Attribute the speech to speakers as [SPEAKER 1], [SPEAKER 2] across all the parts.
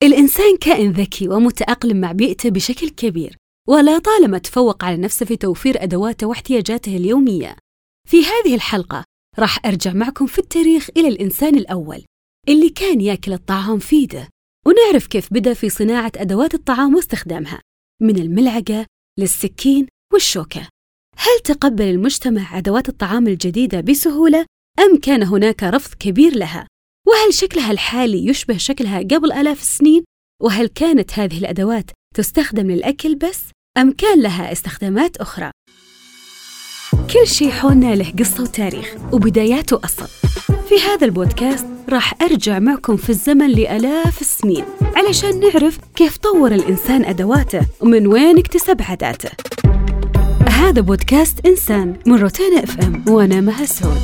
[SPEAKER 1] الإنسان كائن ذكي ومتأقلم مع بيئته بشكل كبير، ولا طالما تفوق على نفسه في توفير أدواته واحتياجاته اليومية. في هذه الحلقة راح أرجع معكم في التاريخ إلى الإنسان الأول اللي كان يأكل الطعام في يده، ونعرف كيف بدأ في صناعة أدوات الطعام واستخدامها، من الملعقة للسكين والشوكة. هل تقبل المجتمع أدوات الطعام الجديدة بسهولة أم كان هناك رفض كبير لها؟ وهل شكلها الحالي يشبه شكلها قبل آلاف السنين؟ وهل كانت هذه الأدوات تستخدم للأكل بس أم كان لها استخدامات أخرى؟ كل شيء حولنا له قصة وتاريخ وبداياته أصل. في هذا البودكاست راح أرجع معكم في الزمن لآلاف السنين علشان نعرف كيف طور الإنسان أدواته ومن وين اكتسب عاداته. هذا بودكاست إنسان من روتانا FM وأنا مها سعود.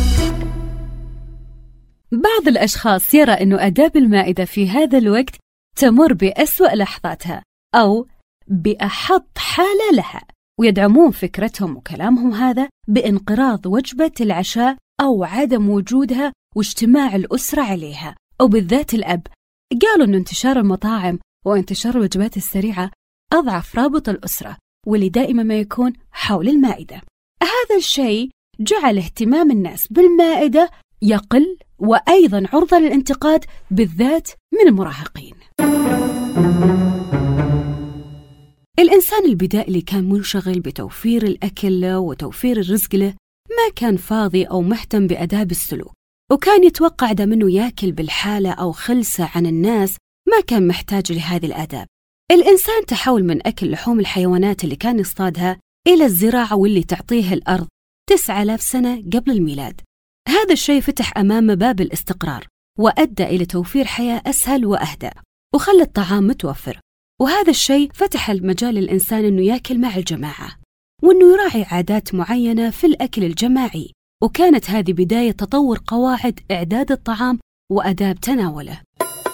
[SPEAKER 1] بعض الأشخاص يرى أن آداب المائدة في هذا الوقت تمر بأسوأ لحظاتها أو بأحط حالة لها، ويدعمون فكرتهم وكلامهم هذا بانقراض وجبة العشاء أو عدم وجودها واجتماع الأسرة عليها، أو بالذات الأب. قالوا أن انتشار المطاعم وانتشار الوجبات السريعة أضعف رابط الأسرة واللي دائما ما يكون حول المائدة. هذا الشيء جعل اهتمام الناس بالمائدة يقل، وأيضا عرضة للانتقاد بالذات من المراهقين. الإنسان البدائي اللي كان منشغل بتوفير الأكل له وتوفير الرزق له ما كان فاضي أو مهتم بآداب السلوك، وكان يتوقع ده منه ياكل بالحالة أو خلسة عن الناس، ما كان محتاج لهذه الآداب. الإنسان تحول من أكل لحوم الحيوانات اللي كان يصطادها إلى الزراعة واللي تعطيه الأرض 9000 سنة قبل الميلاد. هذا الشيء فتح أمامه باب الاستقرار وأدى إلى توفير حياة أسهل وأهدى، وخلى الطعام متوفر. وهذا الشيء فتح المجال للإنسان أنه يأكل مع الجماعة وأنه يراعي عادات معينة في الأكل الجماعي، وكانت هذه بداية تطور قواعد إعداد الطعام وآداب تناوله.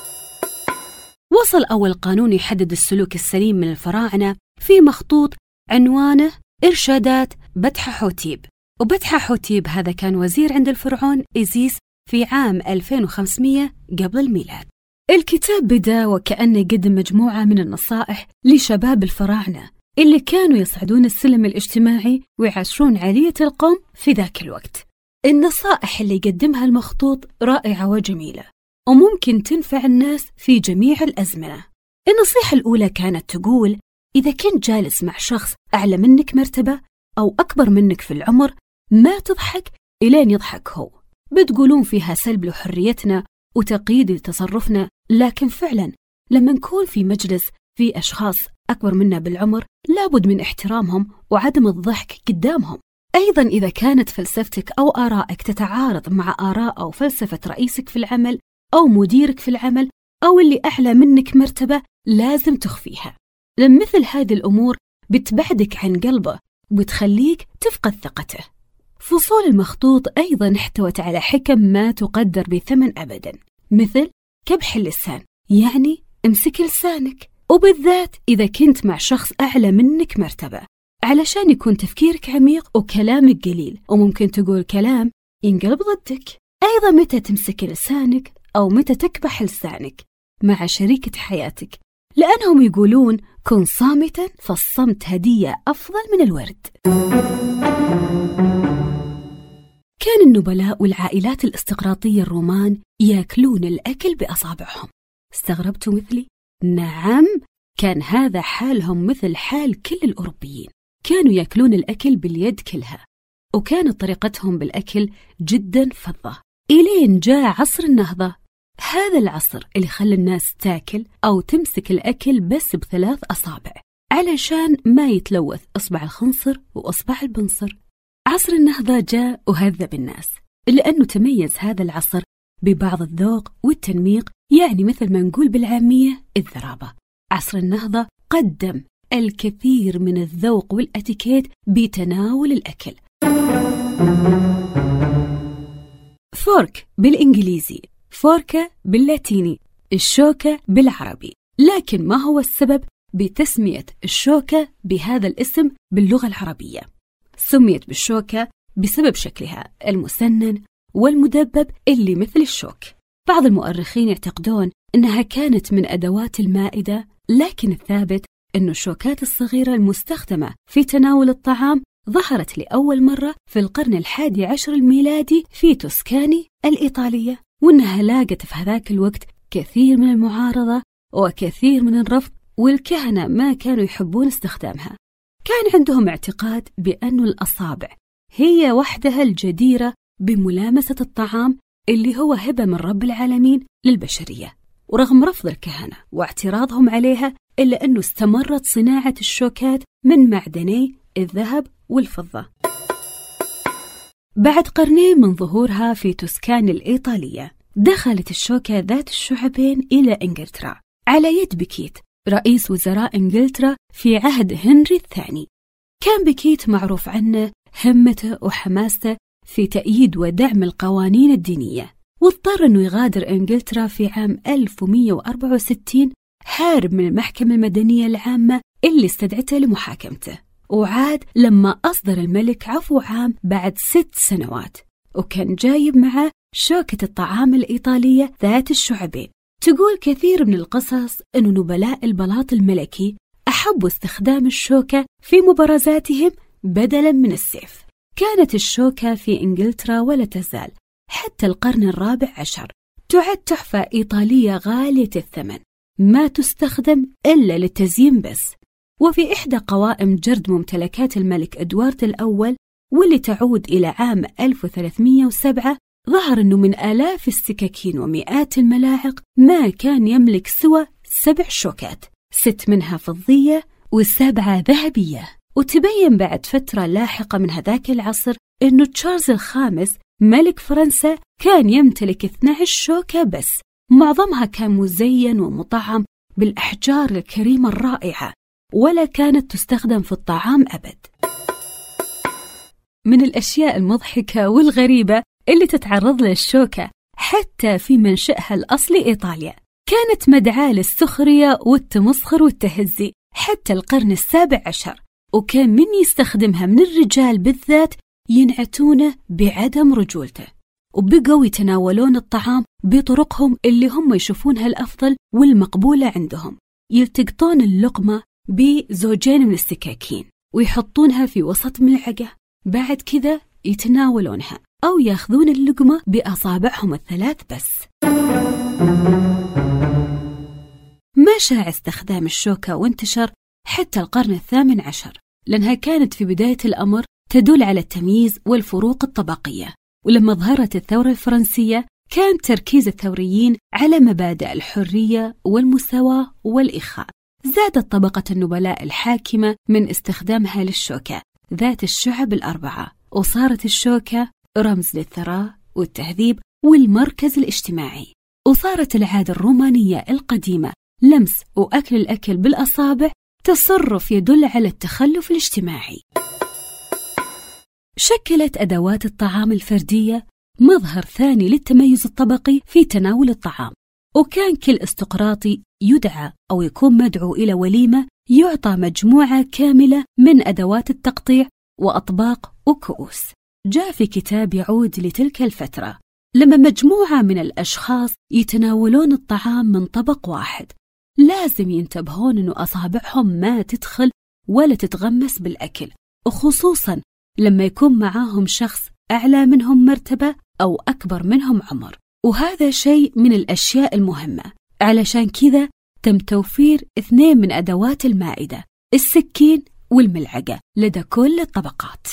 [SPEAKER 1] وصل أول قانون يحدد السلوك السليم من الفراعنة في مخطوط عنوانه إرشادات بتحة حوتيب. وبتحة حوتيب هذا كان وزير عند الفرعون إيزيس في عام 2500 قبل الميلاد. الكتاب بدأ وكأنه قدم مجموعة من النصائح لشباب الفراعنة اللي كانوا يصعدون السلم الاجتماعي ويعاشرون عالية القوم في ذاك الوقت. النصائح اللي قدمها المخطوط رائعة وجميلة وممكن تنفع الناس في جميع الأزمنة. النصيحة الأولى كانت تقول: إذا كنت جالس مع شخص أعلى منك مرتبة أو أكبر منك في العمر ما تضحك إلين يضحك هو. بتقولون فيها سلب لحريتنا وتقييد لتصرفنا، لكن فعلا لما نكون في مجلس في أشخاص أكبر منا بالعمر لابد من احترامهم وعدم الضحك قدامهم. أيضا إذا كانت فلسفتك أو آرائك تتعارض مع آراء أو فلسفة رئيسك في العمل أو مديرك في العمل أو اللي أعلى منك مرتبة لازم تخفيها، لأن مثل هذه الأمور بتبعدك عن قلبه وبتخليك تفقد ثقته. فصول المخطوط أيضا احتوت على حكم ما تقدر بثمن أبدا، مثل كبح اللسان، يعني امسك لسانك، وبالذات إذا كنت مع شخص أعلى منك مرتبة، علشان يكون تفكيرك عميق وكلامك قليل، وممكن تقول كلام ينقلب ضدك. أيضا متى تمسك لسانك أو متى تكبح لسانك مع شريكة حياتك، لأنهم يقولون كن صامتا فالصمت هدية أفضل من الورد. كان النبلاء والعائلات الاستقراطية الرومان يأكلون الأكل بأصابعهم. استغربتوا مثلي؟ نعم، كان هذا حالهم مثل حال كل الأوروبيين، كانوا يأكلون الأكل باليد كلها، وكانت طريقتهم بالأكل جدا فظة. إلين جاء عصر النهضة، هذا العصر اللي خلى الناس تاكل أو تمسك الأكل بس ب3 أصابع علشان ما يتلوث إصبع الخنصر وإصبع البنصر. عصر النهضة جاء وهذب الناس، لأنه تميز هذا العصر ببعض الذوق والتنميق، يعني مثل ما نقول بالعامية الذرابة. عصر النهضة قدم الكثير من الذوق والأتيكيت بتناول الأكل. فورك بالإنجليزي، فوركة باللاتيني، الشوكة بالعربي. لكن ما هو السبب بتسمية الشوكة بهذا الاسم باللغة العربية؟ سميت بالشوكة بسبب شكلها المسنن والمدبب اللي مثل الشوك. بعض المؤرخين يعتقدون إنها كانت من أدوات المائدة، لكن الثابت أن الشوكات الصغيرة المستخدمة في تناول الطعام ظهرت لأول مرة في القرن 11 الميلادي في توسكاني الإيطالية، وأنها لاقت في هذاك الوقت كثير من المعارضة وكثير من الرفض، والكهنة ما كانوا يحبون استخدامها. كان عندهم اعتقاد بأن الأصابع هي وحدها الجديرة بملامسة الطعام اللي هو هبة من رب العالمين للبشرية. ورغم رفض الكهنة واعتراضهم عليها، إلا أنه استمرت صناعة الشوكات من معدني الذهب والفضة. بعد قرنين من ظهورها في توسكاني الإيطالية، دخلت الشوكة ذات الشعبين إلى إنجلترا على يد بكيت رئيس وزراء إنجلترا في عهد هنري الثاني. كان بكيت معروف عنه همته وحماسته في تأييد ودعم القوانين الدينية، واضطر أنه يغادر إنجلترا في عام 1164 هارب من المحكمة المدنية العامة اللي استدعته لمحاكمته، وعاد لما أصدر الملك عفو عام بعد 6 سنوات، وكان جايب معه شوكة الطعام الإيطالية ذات الشعبين. تقول كثير من القصص أن نبلاء البلاط الملكي أحبوا استخدام الشوكة في مبارزاتهم بدلاً من السيف. كانت الشوكة في إنجلترا ولا تزال حتى القرن 14 تعد تحفة إيطالية غالية الثمن، ما تستخدم إلا للتزيين بس. وفي إحدى قوائم جرد ممتلكات الملك إدوارد الأول، واللي تعود إلى عام 1307، ظهر أنه من آلاف السكاكين ومئات الملاعق ما كان يملك سوى 7 شوكات، 6 منها فضية و7 ذهبية. وتبين بعد فترة لاحقة من هذاك العصر أنه تشارلز الخامس ملك فرنسا كان يمتلك 12 شوكة بس، معظمها كان مزين ومطعم بالأحجار الكريمة الرائعة، ولا كانت تستخدم في الطعام أبد. من الأشياء المضحكة والغريبة اللي تتعرض لها الشوكة حتى في منشأها الأصلي إيطاليا، كانت مدعاة للسخرية والتمسخر والتهزي حتى القرن 17، وكان من يستخدمها من الرجال بالذات ينعتونه بعدم رجولته، وبقوا يتناولون الطعام بطرقهم اللي هم يشوفونها الأفضل والمقبولة عندهم. يلتقطون اللقمة بزوجين من السكاكين ويحطونها في وسط ملعقة، بعد كذا يتناولونها أو ياخذون اللقمة بأصابعهم الثلاث بس. ما شاع استخدام الشوكة وانتشر حتى القرن 18، لأنها كانت في بداية الأمر تدل على التمييز والفروق الطبقية. ولما ظهرت الثورة الفرنسية كان تركيز الثوريين على مبادئ الحرية والمساواة والإخاء. زادت طبقة النبلاء الحاكمة من استخدامها للشوكة ذات الشعب ال4، وصارت الشوكة رمز للثراء والتهذيب والمركز الاجتماعي. وصارت العادة الرومانية القديمة لمس وأكل الأكل بالأصابع تصرف يدل على التخلف الاجتماعي. شكلت أدوات الطعام الفردية مظهر ثاني للتميز الطبقي في تناول الطعام، وكان كل استقراطي يدعى أو يكون مدعو إلى وليمة يعطى مجموعة كاملة من أدوات التقطيع وأطباق وكؤوس. جاء في كتاب يعود لتلك الفترة لما مجموعة من الأشخاص يتناولون الطعام من طبق واحد، لازم ينتبهون أنه أصابعهم ما تدخل ولا تتغمس بالأكل، وخصوصاً لما يكون معاهم شخص أعلى منهم مرتبة أو أكبر منهم عمر. وهذا شيء من الأشياء المهمة، علشان كذا تم توفير 2 من أدوات المائدة، السكين والملعقة، لدى كل الطبقات.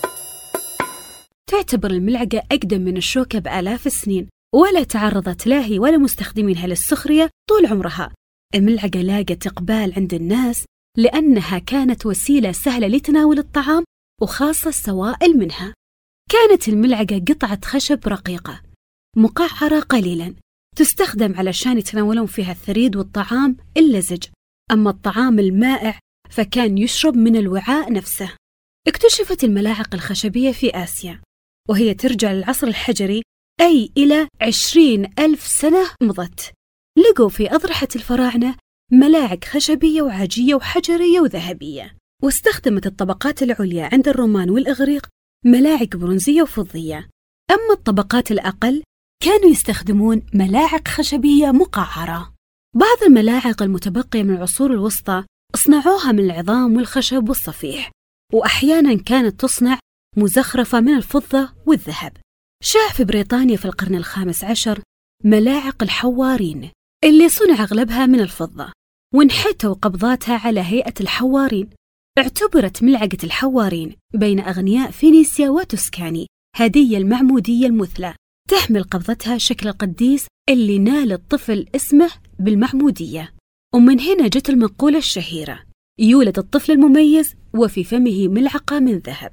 [SPEAKER 1] تعتبر الملعقة أقدم من الشوكة بآلاف السنين، ولا تعرضت لا هي ولا مستخدمينها للسخرية طول عمرها. الملعقة لاقت إقبال عند الناس لأنها كانت وسيلة سهلة لتناول الطعام، وخاصة السوائل منها. كانت الملعقة قطعة خشب رقيقة مقعرة قليلا، تستخدم علشان يتناولون فيها الثريد والطعام اللزج. أما الطعام المائع فكان يشرب من الوعاء نفسه. اكتشفت الملاعق الخشبية في آسيا، وهي ترجع للعصر الحجري، أي إلى 20,000 سنة مضت. لقوا في أضرحة الفراعنة ملاعق خشبية وعاجية وحجرية وذهبية. واستخدمت الطبقات العليا عند الرومان والإغريق ملاعق برونزية وفضية. أما الطبقات الأقل كانوا يستخدمون ملاعق خشبية مقعرة. بعض الملاعق المتبقية من العصور الوسطى صنعوها من العظام والخشب والصفيح، وأحياناً كانت تصنع مزخرفة من الفضة والذهب. شاع في بريطانيا في القرن الخامس عشر ملاعق الحوارين اللي صنع أغلبها من الفضة، وانحتوا قبضاتها على هيئة الحوارين. اعتبرت ملعقة الحوارين بين أغنياء فينيسيا وتوسكاني هدية المعمودية المثلى، تحمل قبضتها شكل القديس اللي نال الطفل اسمه بالمعمودية. ومن هنا جت المقولة الشهيرة: يولد الطفل المميز وفي فمه ملعقة من ذهب.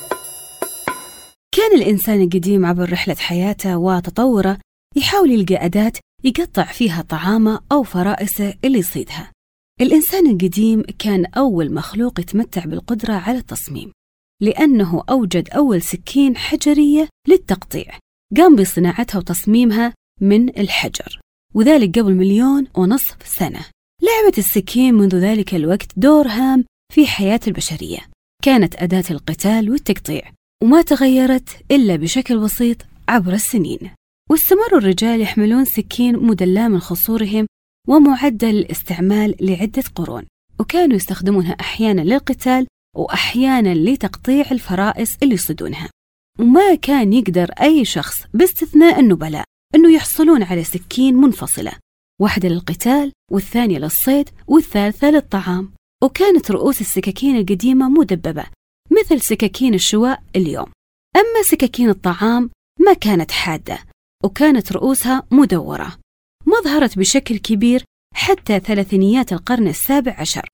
[SPEAKER 1] كان الإنسان القديم عبر رحلة حياته وتطوره يحاول يلقى أداة يقطع فيها طعامه أو فرائسه اللي يصيدها. الإنسان القديم كان أول مخلوق يتمتع بالقدرة على التصميم، لأنه أوجد أول سكين حجرية للتقطيع، قام بصناعتها وتصميمها من الحجر، وذلك قبل 1.5 مليون سنة. لعبت السكين منذ ذلك الوقت دور هام في حياة البشرية، كانت أداة القتال والتقطيع، وما تغيرت إلا بشكل بسيط عبر السنين. واستمروا الرجال يحملون سكين مدلاة من خصورهم ومعدل الاستعمال لعدة قرون، وكانوا يستخدمونها أحياناً للقتال وأحياناً لتقطيع الفرائس اللي يصيدونها. وما كان يقدر أي شخص باستثناء النبلاء أنه يحصلون على سكين منفصلة، واحدة للقتال والثانية للصيد والثالثة للطعام. وكانت رؤوس السكاكين القديمة مدببة مثل سكاكين الشواء اليوم، أما سكاكين الطعام ما كانت حادة وكانت رؤوسها مدورة، ما ظهرت بشكل كبير حتى ثلاثينيات القرن السابع عشر.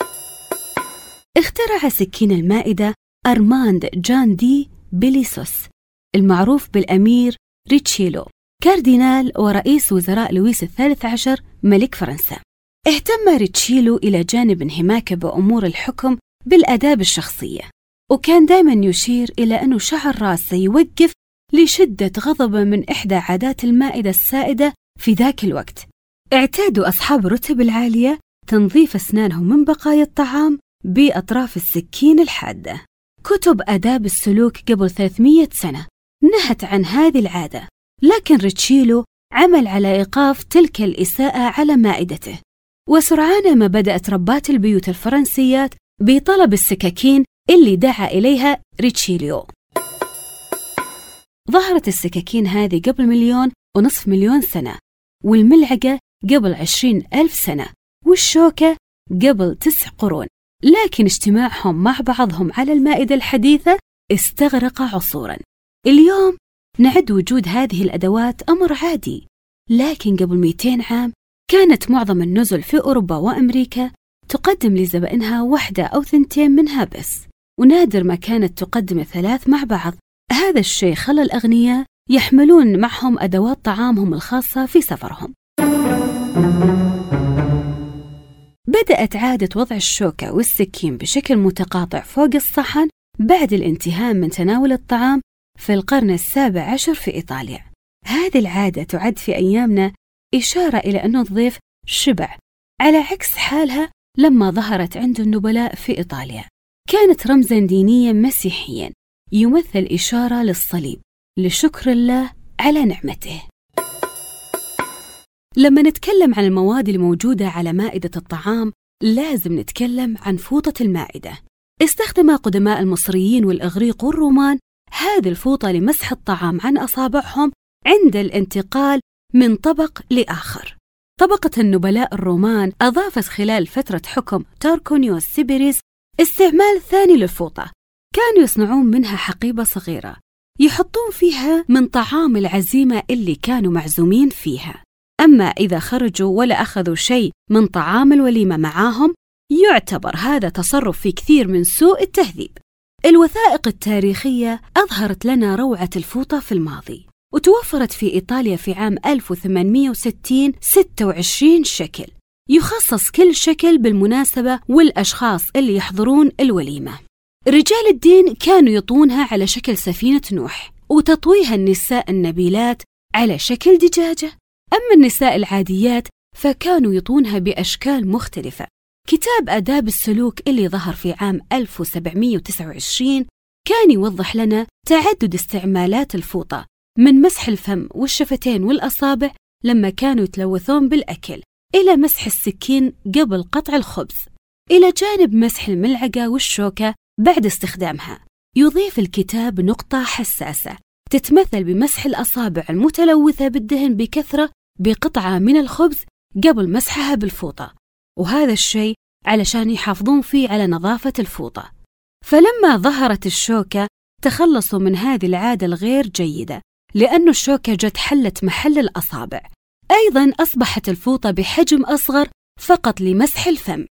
[SPEAKER 1] اخترع سكين المائدة أرماند جان دي بيليسوس، المعروف بالأمير ريتشيلو، كاردينال ورئيس وزراء لويس الثالث عشر ملك فرنسا. اهتم ريتشيلو إلى جانب انهماكه بأمور الحكم بالآداب الشخصية، وكان دائما يشير إلى أنه شعر راسه يوقف لشدة غضبه من إحدى عادات المائدة السائدة في ذاك الوقت. اعتادوا أصحاب الرتب العالية تنظيف أسنانهم من بقايا الطعام بأطراف السكين الحادة. كتب آداب السلوك قبل 300 سنة نهت عن هذه العادة، لكن ريتشيلو عمل على إيقاف تلك الإساءة على مائدته. وسرعان ما بدأت ربات البيوت الفرنسيات بطلب السكاكين اللي دعا إليها ريتشيلو. ظهرت السكاكين هذه قبل 1.5 مليون سنة، والملعقة قبل 20,000 سنة، والشوكة قبل 9 قرون، لكن اجتماعهم مع بعضهم على المائدة الحديثة استغرق عصوراً. اليوم نعد وجود هذه الأدوات أمر عادي، لكن قبل 200 عام كانت معظم النزل في أوروبا وأمريكا تقدم لزبائنها 1 أو 2 منها بس، ونادر ما كانت تقدم 3 مع بعض. هذا الشيء خلى الأغنياء يحملون معهم أدوات طعامهم الخاصة في سفرهم. بدأت عادة وضع الشوكة والسكين بشكل متقاطع فوق الصحن بعد الانتهاء من تناول الطعام في القرن السابع عشر في إيطاليا. هذه العادة تعد في أيامنا إشارة إلى أن الضيف شبع، على عكس حالها لما ظهرت عند النبلاء في إيطاليا. كانت رمزاً دينياً مسيحياً يمثل إشارة للصليب لشكر الله على نعمته. لما نتكلم عن المواد الموجودة على مائدة الطعام لازم نتكلم عن فوطة المائدة. استخدم قدماء المصريين والإغريق والرومان هذه الفوطة لمسح الطعام عن أصابعهم عند الانتقال من طبق لآخر. طبقة النبلاء الرومان أضافت خلال فترة حكم تاركونيوس سيبيريس استعمال ثاني للفوطة. كانوا يصنعون منها حقيبة صغيرة يحطون فيها من طعام العزيمة اللي كانوا معزومين فيها. أما إذا خرجوا ولا أخذوا شيء من طعام الوليمة معاهم يعتبر هذا تصرف في كثير من سوء التهذيب. الوثائق التاريخية أظهرت لنا روعة الفوطة في الماضي، وتوفرت في إيطاليا في عام 1860 26 شكل، يخصص كل شكل بالمناسبة والأشخاص اللي يحضرون الوليمة. رجال الدين كانوا يطونها على شكل سفينة نوح، وتطويها النساء النبيلات على شكل دجاجة. أما النساء العاديات فكانوا يطونها بأشكال مختلفة. كتاب آداب السلوك اللي ظهر في عام 1729 كان يوضح لنا تعدد استعمالات الفوطة من مسح الفم والشفتين والأصابع لما كانوا يتلوثون بالأكل، إلى مسح السكين قبل قطع الخبز، إلى جانب مسح الملعقة والشوكة بعد استخدامها. يضيف الكتاب نقطة حساسة تتمثل بمسح الأصابع المتلوثة بالدهن بكثرة بقطعة من الخبز قبل مسحها بالفوطة، وهذا الشيء علشان يحافظون فيه على نظافة الفوطة. فلما ظهرت الشوكة تخلصوا من هذه العادة الغير جيدة، لأن الشوكة جت حلت محل الأصابع. أيضاً أصبحت الفوطة بحجم أصغر فقط لمسح الفم.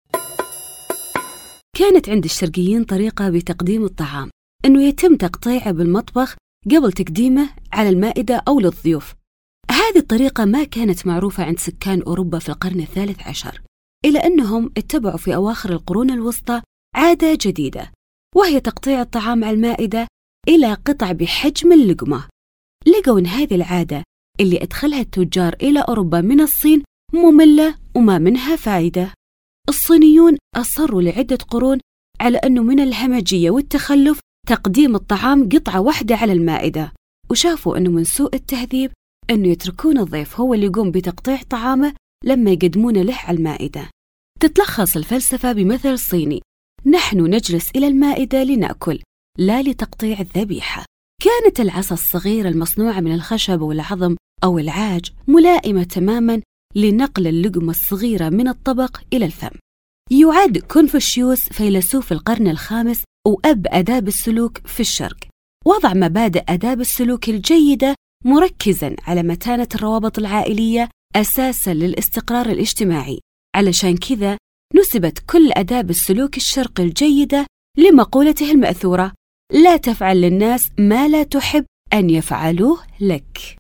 [SPEAKER 1] كانت عند الشرقيين طريقة بتقديم الطعام، أنه يتم تقطيعه بالمطبخ قبل تقديمه على المائدة أو للضيوف. هذه الطريقة ما كانت معروفة عند سكان أوروبا في القرن الثالث عشر، إلى أنهم اتبعوا في أواخر القرون الوسطى عادة جديدة، وهي تقطيع الطعام على المائدة إلى قطع بحجم اللقمة. لقوا أن هذه العادة اللي أدخلها التجار إلى أوروبا من الصين مملة وما منها فائدة. الصينيون أصروا لعدة قرون على أنه من الهمجية والتخلف تقديم الطعام قطعة واحدة على المائدة، وشافوا أنه من سوء التهذيب أنه يتركون الضيف هو اللي يقوم بتقطيع طعامه لما يقدمون له على المائدة. تتلخص الفلسفة بمثل صيني: نحن نجلس إلى المائدة لنأكل، لا لتقطيع الذبيحة. كانت العصا الصغيرة المصنوعة من الخشب والعظم أو العاج ملائمة تماماً لنقل اللقمة الصغيرة من الطبق إلى الفم. يعد كونفوشيوس فيلسوف القرن الخامس وأب آداب السلوك في الشرق، وضع مبادئ آداب السلوك الجيدة مركزاً على متانة الروابط العائلية أساساً للاستقرار الاجتماعي. علشان كذا نسبت كل آداب السلوك الشرقي الجيدة لمقولته المأثورة: لا تفعل للناس ما لا تحب أن يفعلوه لك.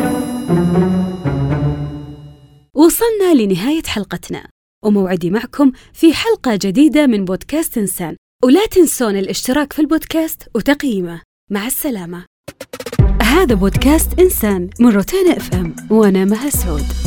[SPEAKER 1] وصلنا لنهاية حلقتنا، وموعدي معكم في حلقة جديدة من بودكاست إنسان، ولا تنسون الاشتراك في البودكاست وتقييمه. مع السلامة. هذا بودكاست إنسان من روتانا FM، وأنا مها سعود.